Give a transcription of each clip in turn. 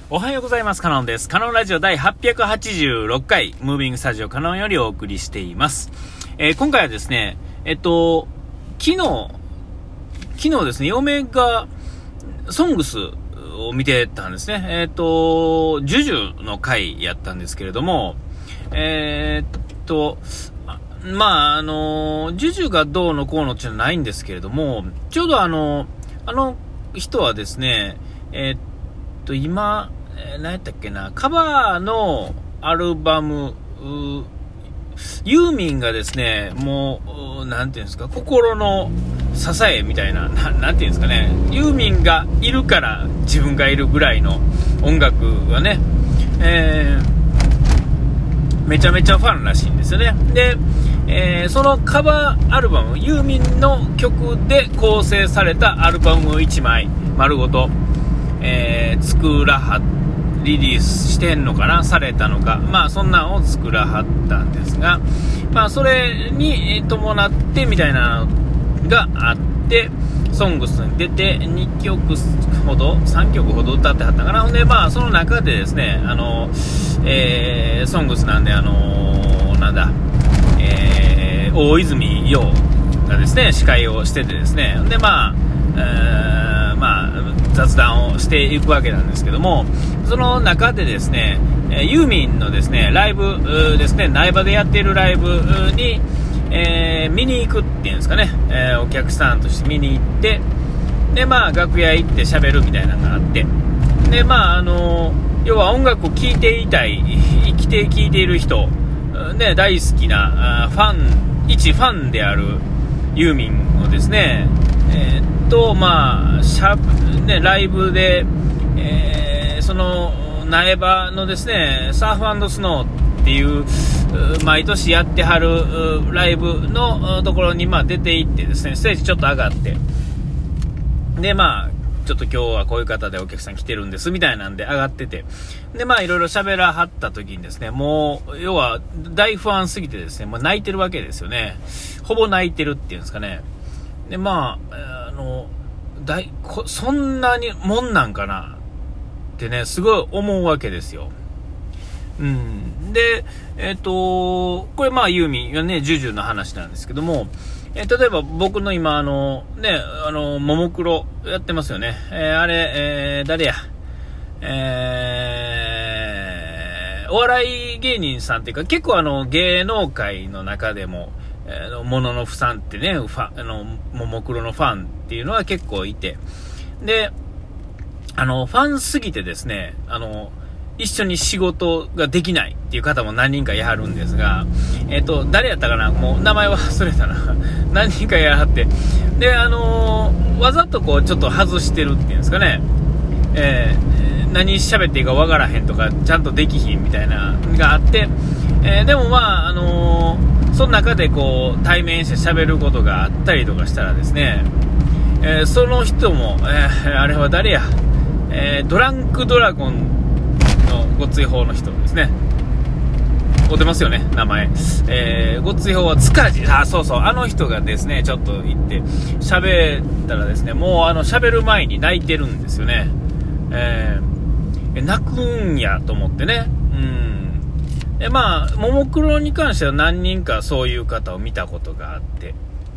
おはようございます。カノンです。カノンラジオ第886回ムービングスタジオカノンよりお送りしています。今回はですね、昨日ですね、嫁がソングスを見てたんですね。ジュジュの回やったんですけれども、ジュジュがどうのこうのっていうのはないんですけれども、ちょうどあの人はですね、今、何やったっけな、カバーのアルバム、ユーミンがですね、もう、なんていうんですか、心の支えみたいな、なんていうんですかね、ユーミンがいるから自分がいるぐらいの音楽がね、めちゃめちゃファンらしいんですよね。で、そのカバーアルバム、ユーミンの曲で構成されたアルバムを1枚丸ごと、リリースしてんのかな、されたのか、そんなんを作らはったんですが、それに伴ってみたいなのがあって、ソングスに出て2曲ほど3曲ほど歌ってはったかな。ほんでその中でですね、ソングスなんで大泉洋がですね司会をしててですね、で雑談をしていくわけなんですけども、その中でですね、ユーミンのですねライブですね、苗場でやっているライブに、見に行くっていうんですかね、お客さんとして見に行って、で楽屋行って喋るみたいなのがあって、で要は音楽を聴いていたい、生きて聴いている人ね、大好きな一ファンであるユーミンをですね、ライブで、その苗場のですねサーフ&スノーっていう毎年やってはるライブのところに出て行ってですね、ステージちょっと上がって、でちょっと今日はこういう方でお客さん来てるんですみたいなんで上がってて、でいろいろ喋らはった時にですね、もう要は大ファンすぎてですね、泣いてるわけですよね。ほぼ泣いてるっていうんですかね。でそんなにもんなんかなってね、すごい思うわけですよ。でこれユーミンはねジュジュの話なんですけども、例えば僕の今ももクロやってますよね。あれ、誰や、お笑い芸人さんっていうか、結構芸能界の中でもモノノフさんってね、ももクロのファンっていうのは結構いて、でファンすぎてですね、一緒に仕事ができないっていう方も何人かやはるんですが、誰やったかな、もう名前忘れたな何人かやはって、でわざとこうちょっと外してるっていうんですかね、何喋っていいかわからへんとか、ちゃんとできひんみたいなのがあって、でもその中でこう対面して喋ることがあったりとかしたらですね、その人も、あれは誰や、ドランクドラゴンのご追放の人ですね。お出ますよね、名前。ご追放は塚地、そうそう、あの人がですねちょっと行って喋ったらですね、もう喋る前に泣いてるんですよね。泣くんやと思ってね。でももクロに関しては何人かそういう方を見たことがあって、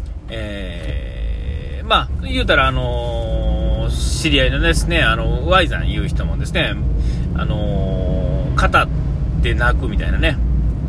言うたら知り合いのですねYさんいう人もですね、語って泣くみたいなね、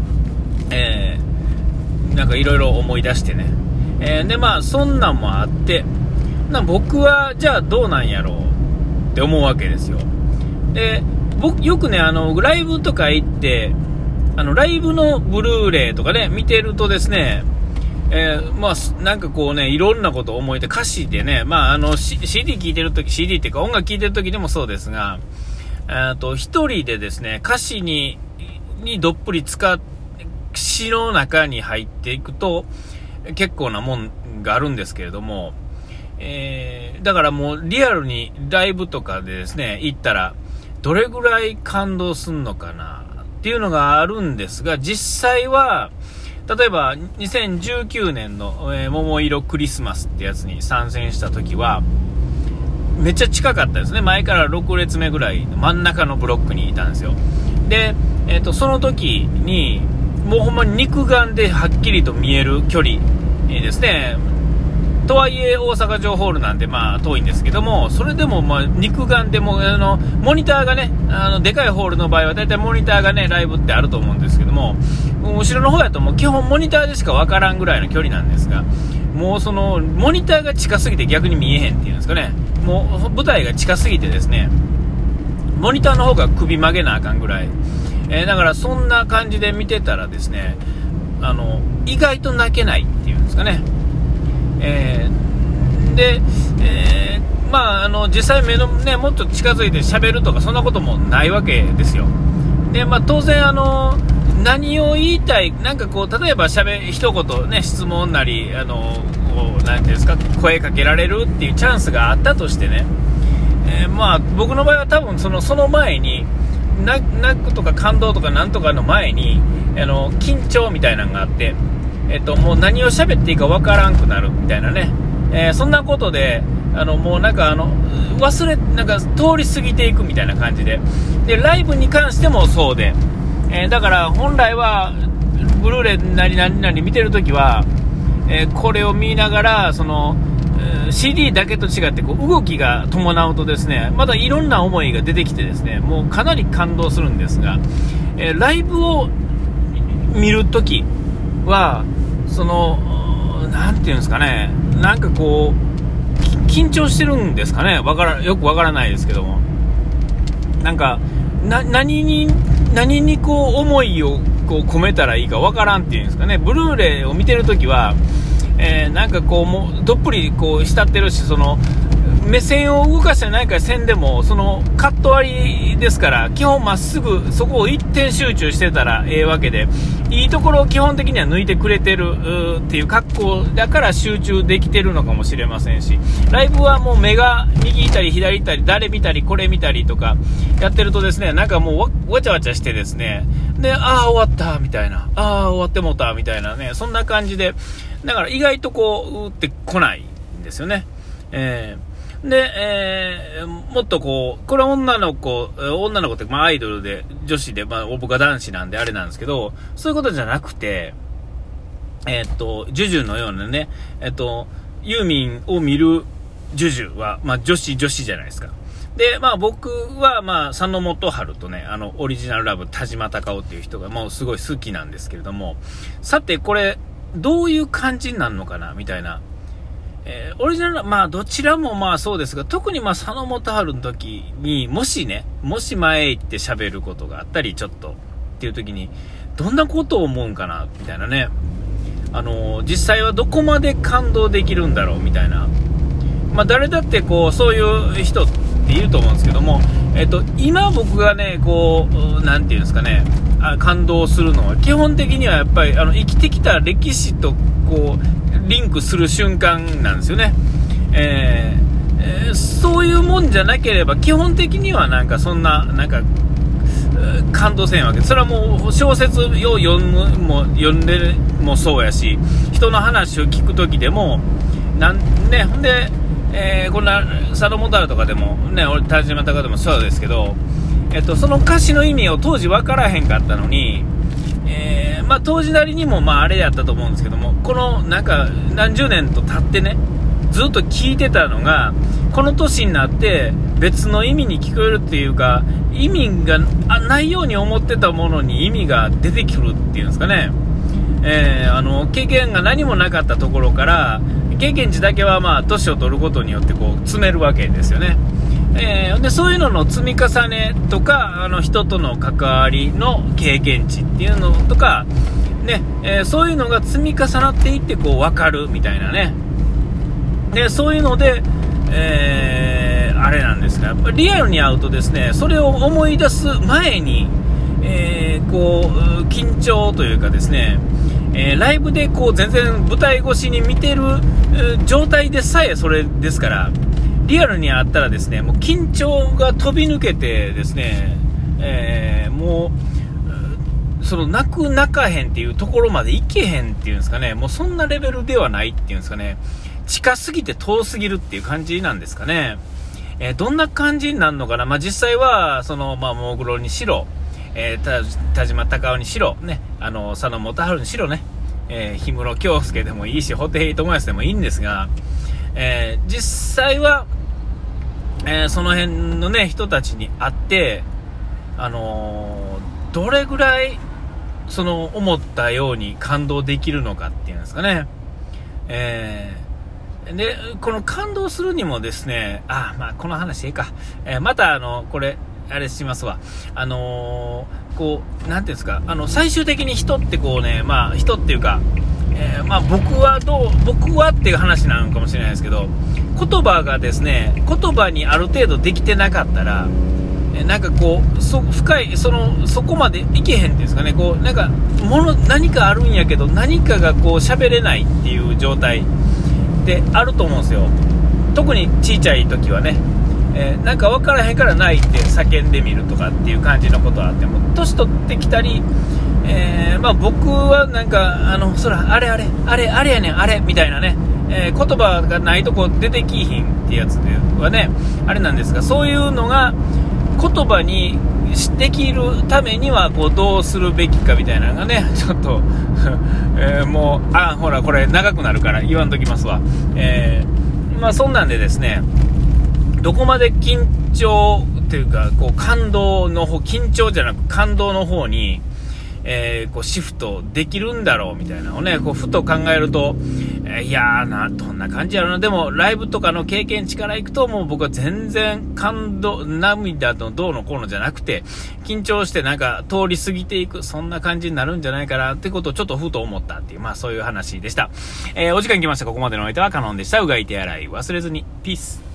なんかいろいろ思い出してね、でそんなんもあって、僕はじゃあどうなんやろうって思うわけですよ。で僕よくねライブとか行ってライブのブルーレイとかね見てるとですね、なんかこうねいろんなことを思い出、歌詞でねCD 聴いてるとき、CD っていうか音楽聴いてるときでもそうですが、一人でですね歌詞にどっぷり詩の中に入っていくと結構なもんがあるんですけれども、だからもうリアルにライブとかでですね行ったらどれぐらい感動すんのかなっていうのがあるんですが、実際は例えば2019年の、桃色クリスマスってやつに参戦した時はめっちゃ近かったですね。前から6列目ぐらい真ん中のブロックにいたんですよ。で、その時にもうほんまに肉眼ではっきりと見える距離ですね。とはいえ大阪城ホールなんでまあ遠いんですけども、それでもまあ肉眼でもモニターがね、でかいホールの場合はだいたいモニターがねライブってあると思うんですけども、後ろの方やともう基本モニターでしかわからんぐらいの距離なんですが、もうそのモニターが近すぎて逆に見えへんっていうんですかね。もう舞台が近すぎてですね、モニターの方が首曲げなあかんぐらい、だからそんな感じで見てたらですね、意外と泣けないっていうんですかね。で、まあ実際目のねもっと近づいて喋るとかそんなこともないわけですよ。で、まあ当然何を言いたい、なんかこう例えば一言ね質問なりこうなんていうんですか、声かけられるっていうチャンスがあったとしてね、まあ僕の場合は多分その前に泣くとか感動とかなんとかの前に緊張みたいなのがあって、もう何を喋っていいかわからんくなるみたいなね、そんなことでもうなんかなんか通り過ぎていくみたいな感じで、ライブに関してもそうで、だから本来はブルーレイなり何々見てるときは、これを見ながらCD だけと違ってこう動きが伴うとですね、またいろんな思いが出てきてですね、もうかなり感動するんですが、ライブを見るときはなんていうんですかね、なんかこう緊張してるんですかね、よくわからないですけども、なんか何にこう思いをこう込めたらいいかわからんっていうんですかね。ブルーレイを見てるときは、なんかこうもうどっぷりこう浸ってるし、目線を動かしてないから線でもカット割りですから、基本まっすぐそこを一点集中してたらええわけで、いいところを基本的には抜いてくれてるっていう格好だから集中できてるのかもしれませんし、ライブはもう目が右行ったり左行ったり誰見たりこれ見たりとかやってるとですね、なんかもうわちゃわちゃしてですね、で終わったみたいな、終わってもうたみたいなね、そんな感じで、だから意外とこうってこないんですよね。で、もっとこう、これは女の子って、まあアイドルで、女子で、まあ僕が男子なんであれなんですけど、そういうことじゃなくて、ジュジュのようなね、ユーミンを見るジュジュは、まあ女子じゃないですか。で、まあ僕は、まあ佐野元春とね、オリジナルラブ、田島貴夫っていう人がもうすごい好きなんですけれども、さてこれ、どういう感じになるのかな、みたいな。オリジナル、まあどちらもまあそうですが、特にまあ佐野元春の時にもし前へ行って喋ることがあったりちょっとっていう時にどんなことを思うんかなみたいなね、実際はどこまで感動できるんだろうみたいな、まあ誰だってこうそういう人っていると思うんですけども、今僕がねこうなんていうんですかね、感動するのは基本的にはやっぱり生きてきた歴史とこうリンクする瞬間なんですよね。そういうもんじゃなければ基本的にはなんかそんななんか感動せんわけで、それはもう小説を読んでもそうやし、人の話を聞くときでもほんで、こんな佐野元春とかでもね、俺田島貴夫でもそうですけど、その歌詞の意味を当時分からへんかったのに、まあ当時なりにもまああれやったと思うんですけども、このなんか何十年と経ってね、ずっと聞いてたのがこの年になって別の意味に聞こえるっていうか、意味がないように思ってたものに意味が出てくるっていうんですかね。経験が何もなかったところから経験値だけはまあ年を取ることによってこう積めるわけですよね。でそういうのの積み重ねとか人との関わりの経験値っていうのとか、ねそういうのが積み重なっていってこう分かるみたいなね。でそういうので、あれなんですが、やっぱりリアルに会うとですね、それを思い出す前に、こう緊張というかですね、ライブでこう全然舞台越しに見てる状態でさえそれですから、リアルにあったらですね、もう緊張が飛び抜けてですね、もう泣かへんっていうところまで行けへんっていうんですかね、もうそんなレベルではないっていうんですかね、近すぎて遠すぎるっていう感じなんですかね。 どんな感じになるのかな。まあ、実際は、まあ、もぐろにしろ、田島隆夫にしろ、ね、佐野元春にしろね、氷室京介でもいいし、布袋寅泰でもいいんですが、実際は、その辺のね、人たちに会って、どれぐらい、思ったように感動できるのかっていうんですかね。で、この感動するにもですね、まあ、この話いいか。また、これ、あれしますわ。こう、なんていうんですか、最終的に人ってこうね、まあ、人っていうか、まあ、僕はっていう話なのかもしれないですけど、言葉がですね、言葉にある程度できてなかったら、なんかこう深いそこまでいけへんっていうんですかね、こうなんか何かあるんやけど何かがこう喋れないっていう状態ってあると思うんですよ。特に小さい時はね、なんか分からへんから泣いて叫んでみるとかっていう感じのことはあっても、年取ってきたり、まあ僕はなんかそらあれやねんあれみたいなね、言葉がないとこ出てきひんってやつではねあれなんですが、そういうのが言葉にできるためにはこうどうするべきかみたいなのがね、ちょっと、もうほらこれ長くなるから言わんときますわ。まあそんなんでですね、どこまで緊張っていうかこう感動の方、緊張じゃなく感動の方にこうシフトできるんだろうみたいなのをね、こうふと考えると、いやーどんな感じやろな。でもライブとかの経験値からいくと、もう僕は全然涙のどうのこうのじゃなくて、緊張してなんか通り過ぎていく、そんな感じになるんじゃないかなってことをちょっとふと思ったっていう、まあそういう話でした。お時間来ました。ここまでのお相手はカノンでした。うがい手洗い忘れずに。ピース。